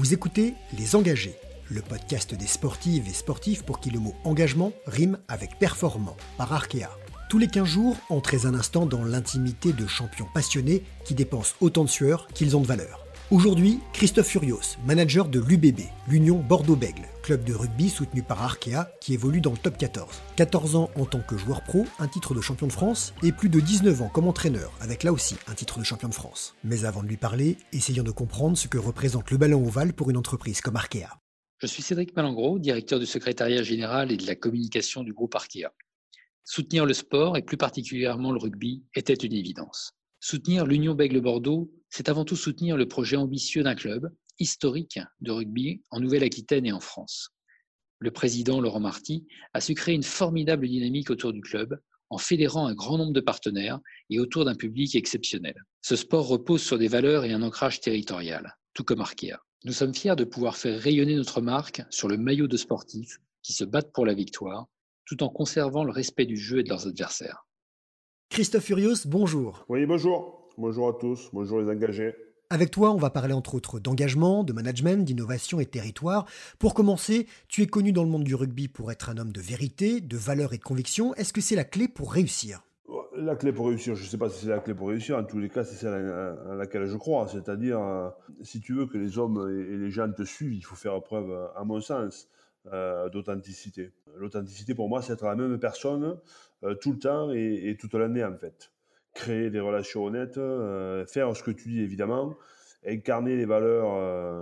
Vous écoutez Les Engagés, le podcast des sportives et sportifs pour qui le mot engagement rime avec performant, par Arkea. Tous les 15 jours, entrez un instant dans l'intimité de champions passionnés qui dépensent autant de sueur qu'ils ont de valeur. Aujourd'hui, Christophe Furios, manager de l'UBB, l'Union Bordeaux-Bègles, club de rugby soutenu par Arkea qui évolue dans le top 14. 14 ans en tant que joueur pro, un titre de champion de France et plus de 19 ans comme entraîneur, avec là aussi un titre de champion de France. Mais avant de lui parler, essayons de comprendre ce que représente le ballon ovale pour une entreprise comme Arkea. Je suis Cédric Malengro, directeur du secrétariat général et de la communication du groupe Arkea. Soutenir le sport, et plus particulièrement le rugby, était une évidence. Soutenir l'Union Bègles-Bordeaux, c'est avant tout soutenir le projet ambitieux d'un club, historique, de rugby en Nouvelle-Aquitaine et en France. Le président Laurent Marty a su créer une formidable dynamique autour du club, en fédérant un grand nombre de partenaires et autour d'un public exceptionnel. Ce sport repose sur des valeurs et un ancrage territorial, tout comme Arkea. Nous sommes fiers de pouvoir faire rayonner notre marque sur le maillot de sportifs qui se battent pour la victoire, tout en conservant le respect du jeu et de leurs adversaires. Christophe Furios, bonjour. Oui, bonjour. Bonjour à tous. Bonjour les engagés. Avec toi, on va parler entre autres d'engagement, de management, d'innovation et de territoire. Pour commencer, tu es connu dans le monde du rugby pour être un homme de vérité, de valeur et de conviction. Est-ce que c'est la clé pour réussir ? La clé pour réussir, je ne sais pas si c'est la clé pour réussir. En tous les cas, c'est celle à laquelle je crois. C'est-à-dire, si tu veux que les hommes et les gens te suivent, il faut faire preuve, à mon sens, d'authenticité. L'authenticité, pour moi, c'est être la même personne tout le temps et toute l'année, en fait. Créer des relations honnêtes, faire ce que tu dis, évidemment, incarner les valeurs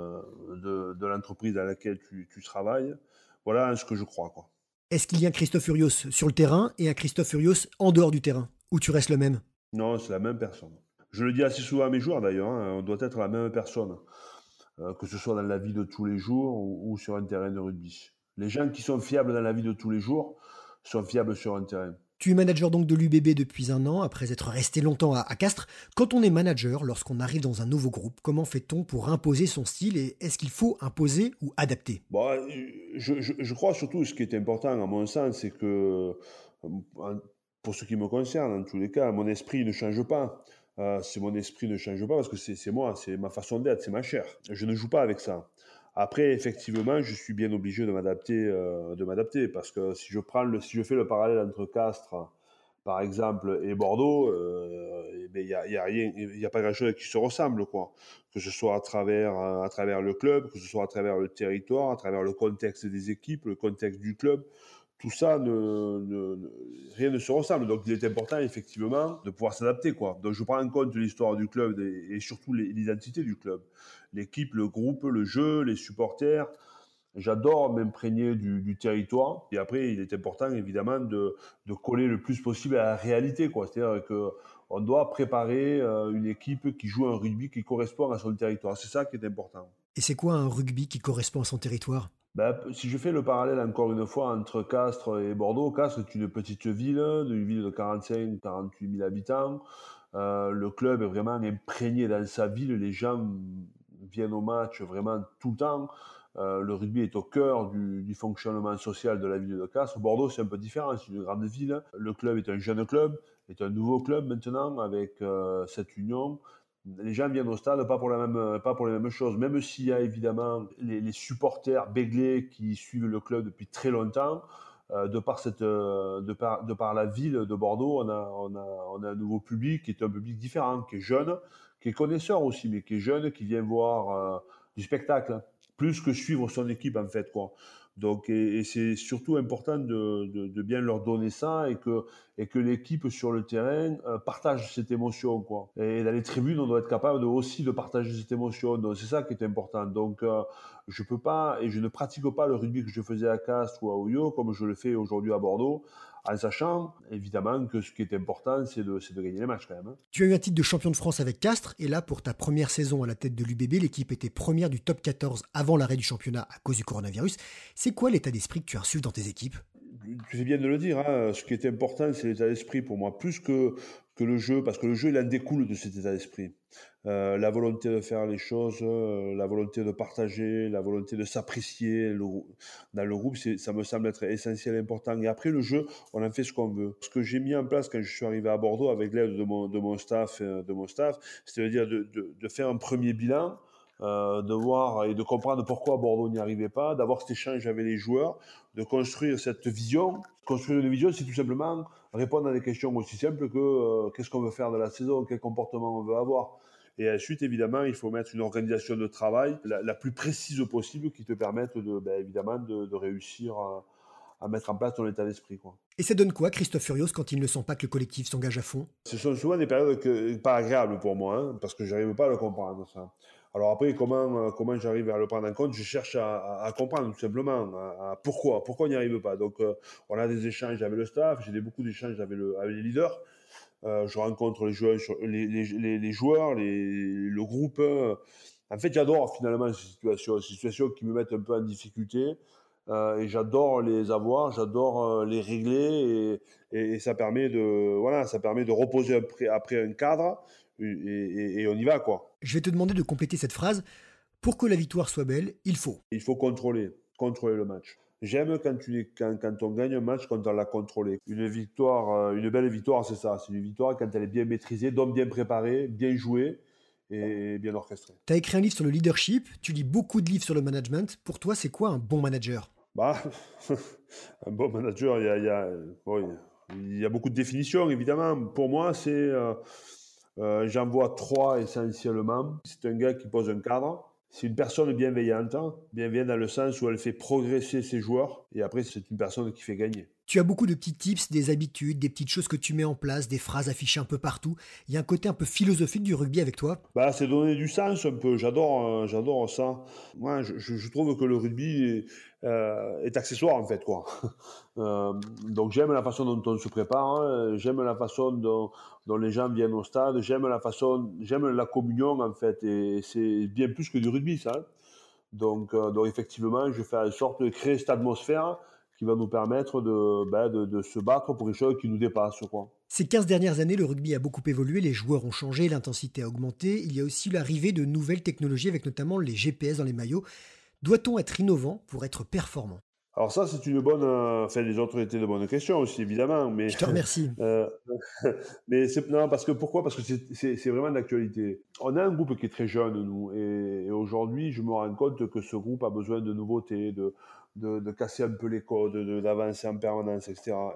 de l'entreprise dans laquelle tu travailles. Voilà ce que je crois, quoi. Est-ce qu'il y a un Christophe Furios sur le terrain et un Christophe Furios en dehors du terrain ? Ou tu restes le même ? Non, c'est la même personne. Je le dis assez souvent à mes joueurs d'ailleurs, on doit être la même personne, que ce soit dans la vie de tous les jours ou sur un terrain de rugby. Les gens qui sont fiables dans la vie de tous les jours sont fiables sur un terrain. Tu es manager donc de l'UBB depuis un an, après être resté longtemps à Castres. Quand on est manager, lorsqu'on arrive dans un nouveau groupe, comment fait-on pour imposer son style et est-ce qu'il faut imposer ou adapter ? Bon, je crois surtout, ce qui est important à mon sens, c'est que, pour ce qui me concerne, en tous les cas, mon esprit ne change pas. Si mon esprit ne change pas, parce que c'est moi, c'est ma façon d'être, c'est ma chair. Je ne joue pas avec ça. Après, effectivement, je suis bien obligé de m'adapter, parce que si je fais le parallèle entre Castres, par exemple, et Bordeaux, y a rien, il y a pas grand-chose qui se ressemble, quoi. Que ce soit à travers le club, que ce soit à travers le territoire, à travers le contexte des équipes, le contexte du club. Tout ça, rien ne se ressemble. Donc, il est important, effectivement, de pouvoir s'adapter, quoi. Donc, je prends en compte l'histoire du club et surtout l'identité du club. L'équipe, le groupe, le jeu, les supporters. J'adore m'imprégner du territoire. Et après, il est important, évidemment, de coller le plus possible à la réalité, quoi. C'est-à-dire qu'on doit préparer une équipe qui joue un rugby qui correspond à son territoire. C'est ça qui est important. Et c'est quoi un rugby qui correspond à son territoire ? Ben, si je fais le parallèle encore une fois entre Castres et Bordeaux, Castres est une petite ville, une ville de 45-48 000 habitants. Le club est vraiment imprégné dans sa ville. Les gens viennent au match vraiment tout le temps. Le rugby est au cœur du fonctionnement social de la ville de Castres. Bordeaux, c'est un peu différent, c'est une grande ville. Le club est un jeune club, est un nouveau club maintenant avec cette union. Les gens viennent au stade pas pour les mêmes choses, même s'il y a évidemment les supporters béglés qui suivent le club depuis très longtemps. De par la ville de Bordeaux, on a un nouveau public qui est un public différent, qui est jeune, qui est connaisseur aussi, mais qui est jeune, qui vient voir du spectacle, plus que suivre son équipe en fait, quoi. Donc, et c'est surtout important de bien leur donner ça et que l'équipe sur le terrain partage cette émotion, quoi. Et dans les tribunes, on doit être capable aussi de partager cette émotion. Donc, c'est ça qui est important. Donc, je peux pas et je ne pratique pas le rugby que je faisais à Castres ou à Oyo comme je le fais aujourd'hui à Bordeaux, en sachant évidemment que ce qui est important, c'est de gagner les matchs quand même, hein. Tu as eu un titre de champion de France avec Castres et là, pour ta première saison à la tête de l'UBB, l'équipe était première du top 14 avant l'arrêt du championnat à cause du coronavirus. C'est quoi l'état d'esprit que tu as reçu dans tes équipes ? Tu fais bien de le dire, hein. Ce qui est important, c'est l'état d'esprit pour moi, plus que le jeu, parce que le jeu, il en découle de cet état d'esprit. La volonté de faire les choses, la volonté de partager, la volonté de s'apprécier dans le groupe, ça me semble être essentiel et important. Et après, le jeu, on en fait ce qu'on veut. Ce que j'ai mis en place quand je suis arrivé à Bordeaux avec l'aide de mon staff, c'est-à-dire de faire un premier bilan, de voir et de comprendre pourquoi Bordeaux n'y arrivait pas, d'avoir cet échange avec les joueurs, de construire cette vision. Construire une vision, c'est tout simplement répondre à des questions aussi simples que qu'est-ce qu'on veut faire de la saison, quel comportement on veut avoir. Et ensuite, évidemment, il faut mettre une organisation de travail la plus précise possible qui te permette évidemment de réussir à mettre en place ton état d'esprit, quoi. Et ça donne quoi, Christophe Furios, quand il ne sent pas que le collectif s'engage à fond? Ce sont souvent des périodes pas agréables pour moi, hein, parce que j'arrive pas à le comprendre, ça. Alors après, comment j'arrive à le prendre en compte? Je cherche à comprendre, tout simplement, pourquoi on n'y arrive pas. Donc, on a des échanges avec le staff, beaucoup d'échanges avec les leaders. Je rencontre les joueurs, les joueurs, le groupe. En fait, j'adore finalement ces situations qui me mettent un peu en difficulté. Et j'adore les avoir, j'adore les régler. Et ça permet ça permet de reposer après un cadre. Et on y va, quoi. Je vais te demander de compléter cette phrase. Pour que la victoire soit belle, il faut. Il faut contrôler le match. J'aime quand on gagne un match, quand on l'a contrôlé. Une victoire, une belle victoire, c'est ça. C'est une victoire quand elle est bien maîtrisée, donc bien préparée, bien jouée et bien orchestrée. Tu as écrit un livre sur le leadership, tu lis beaucoup de livres sur le management. Pour toi, c'est quoi un bon manager? Bah, un bon manager, bon, il y a beaucoup de définitions, évidemment. Pour moi, j'en vois trois essentiellement. C'est un gars qui pose un cadre. C'est une personne bienveillante dans le sens où elle fait progresser ses joueurs. Et après, c'est une personne qui fait gagner. Tu as beaucoup de petits tips, des habitudes, des petites choses que tu mets en place, des phrases affichées un peu partout. Il y a un côté un peu philosophique du rugby avec toi. Bah, c'est donner du sens un peu. J'adore ça. Moi, je trouve que le rugby est accessoire en fait, quoi. Euh, donc j'aime la façon dont on se prépare, hein. J'aime la façon dont les gens viennent au stade, j'aime la communion en fait, et c'est bien plus que du rugby, ça, hein. Donc effectivement, je fais en sorte de créer cette atmosphère qui va nous permettre de se battre pour quelque chose qui nous dépasse, quoi. Ces 15 dernières années, le rugby a beaucoup évolué, les joueurs ont changé, l'intensité a augmenté. Il y a aussi l'arrivée de nouvelles technologies avec notamment les GPS dans les maillots. Doit-on être innovant pour être performant? Alors ça, c'est une bonne... Enfin, les autres étaient de bonnes questions aussi, évidemment, mais... Je te remercie. euh, non, parce que pourquoi? Parce que c'est vraiment d'actualité. On a un groupe qui est très jeune, nous, et aujourd'hui, je me rends compte que ce groupe a besoin de nouveautés, de casser un peu les codes, d'avancer en permanence, etc.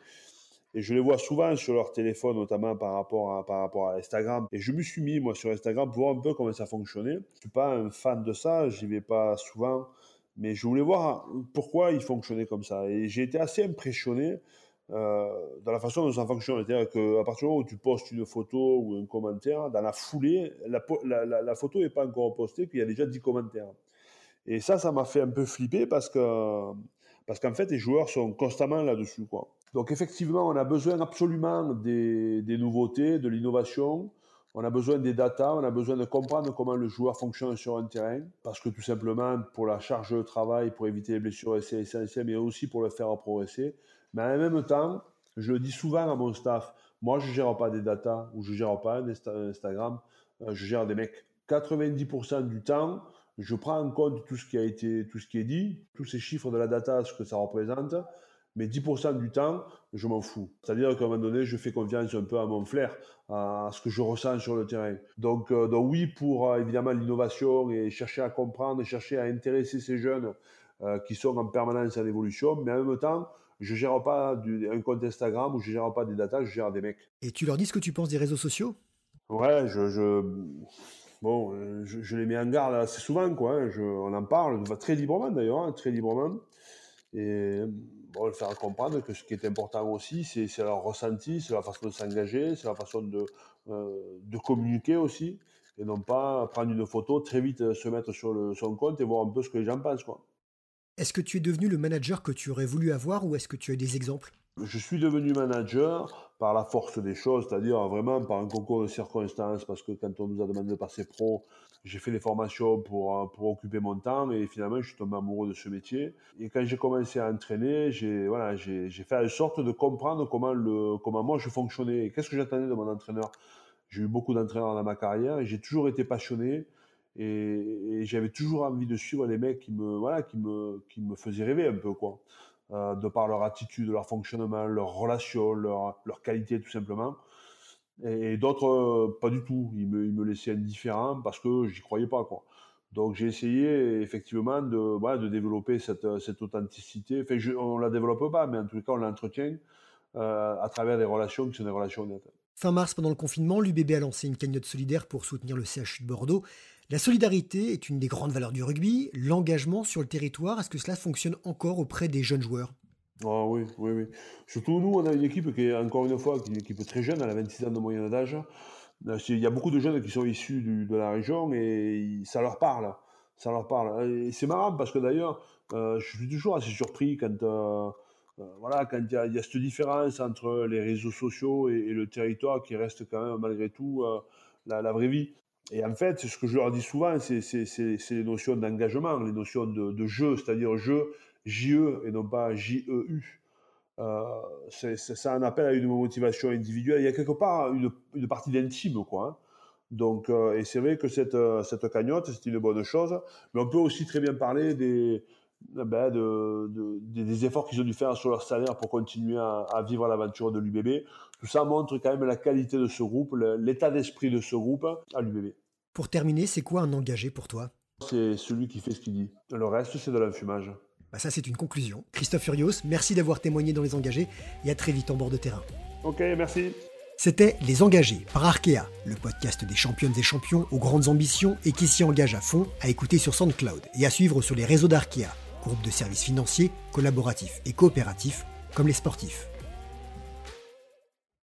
Et je les vois souvent sur leur téléphone, notamment par rapport à Instagram. Et je me suis mis, moi, sur Instagram pour voir un peu comment ça fonctionnait. Je suis pas un fan de ça, j'y vais pas souvent, mais je voulais voir pourquoi ils fonctionnaient comme ça. Et j'ai été assez impressionné dans la façon dont ça fonctionne. C'est-à-dire qu'à partir du moment où tu postes une photo ou un commentaire, dans la foulée, la photo n'est pas encore postée, qu'il y a déjà 10 commentaires. Et ça m'a fait un peu flipper parce qu'en fait, les joueurs sont constamment là-dessus, quoi. Donc effectivement, on a besoin absolument des nouveautés, de l'innovation. On a besoin des datas, on a besoin de comprendre comment le joueur fonctionne sur un terrain. Parce que tout simplement, pour la charge de travail, pour éviter les blessures, c'est essentiel, mais aussi pour le faire progresser. Mais en même temps, je le dis souvent à mon staff, moi je ne gère pas des datas ou je ne gère pas un Instagram, je gère des mecs. 90% du temps, je prends en compte tout ce qui est dit, tous ces chiffres de la data, ce que ça représente, mais 10% du temps, je m'en fous. C'est-à-dire qu'à un moment donné, je fais confiance un peu à mon flair, à ce que je ressens sur le terrain. Donc oui, pour évidemment l'innovation et chercher à comprendre, chercher à intéresser ces jeunes qui sont en permanence en évolution, mais en même temps, je gère pas un compte Instagram ou je gère pas des datas, je gère des mecs. Et tu leur dis ce que tu penses des réseaux sociaux? Ouais, bon, je les mets en garde assez souvent, quoi, hein. On en parle très librement d'ailleurs, hein, très librement. Et bon, le faire comprendre que ce qui est important aussi, c'est leur ressenti, c'est la façon de s'engager, c'est la façon de communiquer aussi, et non pas prendre une photo, très vite se mettre sur son compte et voir un peu ce que les gens pensent, quoi. Est-ce que tu es devenu le manager que tu aurais voulu avoir ou est-ce que tu as des exemples? Je suis devenu manager par la force des choses, c'est-à-dire vraiment par un concours de circonstances, parce que quand on nous a demandé de passer pro, j'ai fait des formations pour occuper mon temps et finalement je suis tombé amoureux de ce métier. Et quand j'ai commencé à entraîner, j'ai fait en sorte de comprendre comment moi je fonctionnais et qu'est-ce que j'attendais de mon entraîneur. J'ai eu beaucoup d'entraîneurs dans ma carrière et j'ai toujours été passionné et j'avais toujours envie de suivre les mecs qui me faisaient rêver un peu, quoi. De par leur attitude, leur fonctionnement, leur relation, leur qualité tout simplement. Et d'autres, pas du tout. Ils me laissaient indifférent parce que j'y croyais pas, quoi. Donc j'ai essayé effectivement de développer cette authenticité. Enfin, on ne la développe pas, mais en tout cas on l'entretient à travers des relations qui sont des relations honnêtes. Fin mars, pendant le confinement, l'UBB a lancé une cagnotte solidaire pour soutenir le CHU de Bordeaux. La solidarité est une des grandes valeurs du rugby. L'engagement sur le territoire, est-ce que cela fonctionne encore auprès des jeunes joueurs ? Ah oui, oui, oui. Surtout nous, on a une équipe qui est, encore une fois, qui est une équipe très jeune, elle a 26 ans de moyenne d'âge. Il y a beaucoup de jeunes qui sont issus de la région et ça leur parle. Ça leur parle. Et c'est marrant parce que d'ailleurs, je suis toujours assez surpris voilà, quand il y a cette différence entre les réseaux sociaux et le territoire qui reste quand même malgré tout la vraie vie. Et en fait, ce que je leur dis souvent, c'est les notions d'engagement, les notions de jeu, c'est-à-dire jeu, J-E et non pas J-E-U. Ça en appelle à une motivation individuelle. Il y a quelque part une partie d'intime, quoi. Hein. Donc, et c'est vrai que cette cagnotte, c'est une bonne chose. Mais on peut aussi très bien parler des efforts qu'ils ont dû faire sur leur salaire pour continuer à vivre l'aventure de l'UBB. Tout ça montre quand même la qualité de ce groupe, l'état d'esprit de ce groupe à l'UBB. Pour terminer, c'est quoi un engagé pour toi ? C'est celui qui fait ce qu'il dit. Le reste, c'est de l'enfumage. Ça, c'est une conclusion. Christophe Furios, merci d'avoir témoigné dans Les Engagés et à très vite en bord de terrain. Ok, merci. C'était Les Engagés par Arkea, le podcast des championnes et champions aux grandes ambitions et qui s'y engage à fond, à écouter sur SoundCloud et à suivre sur les réseaux d'Arkea, groupe de services financiers, collaboratifs et coopératifs, comme les sportifs.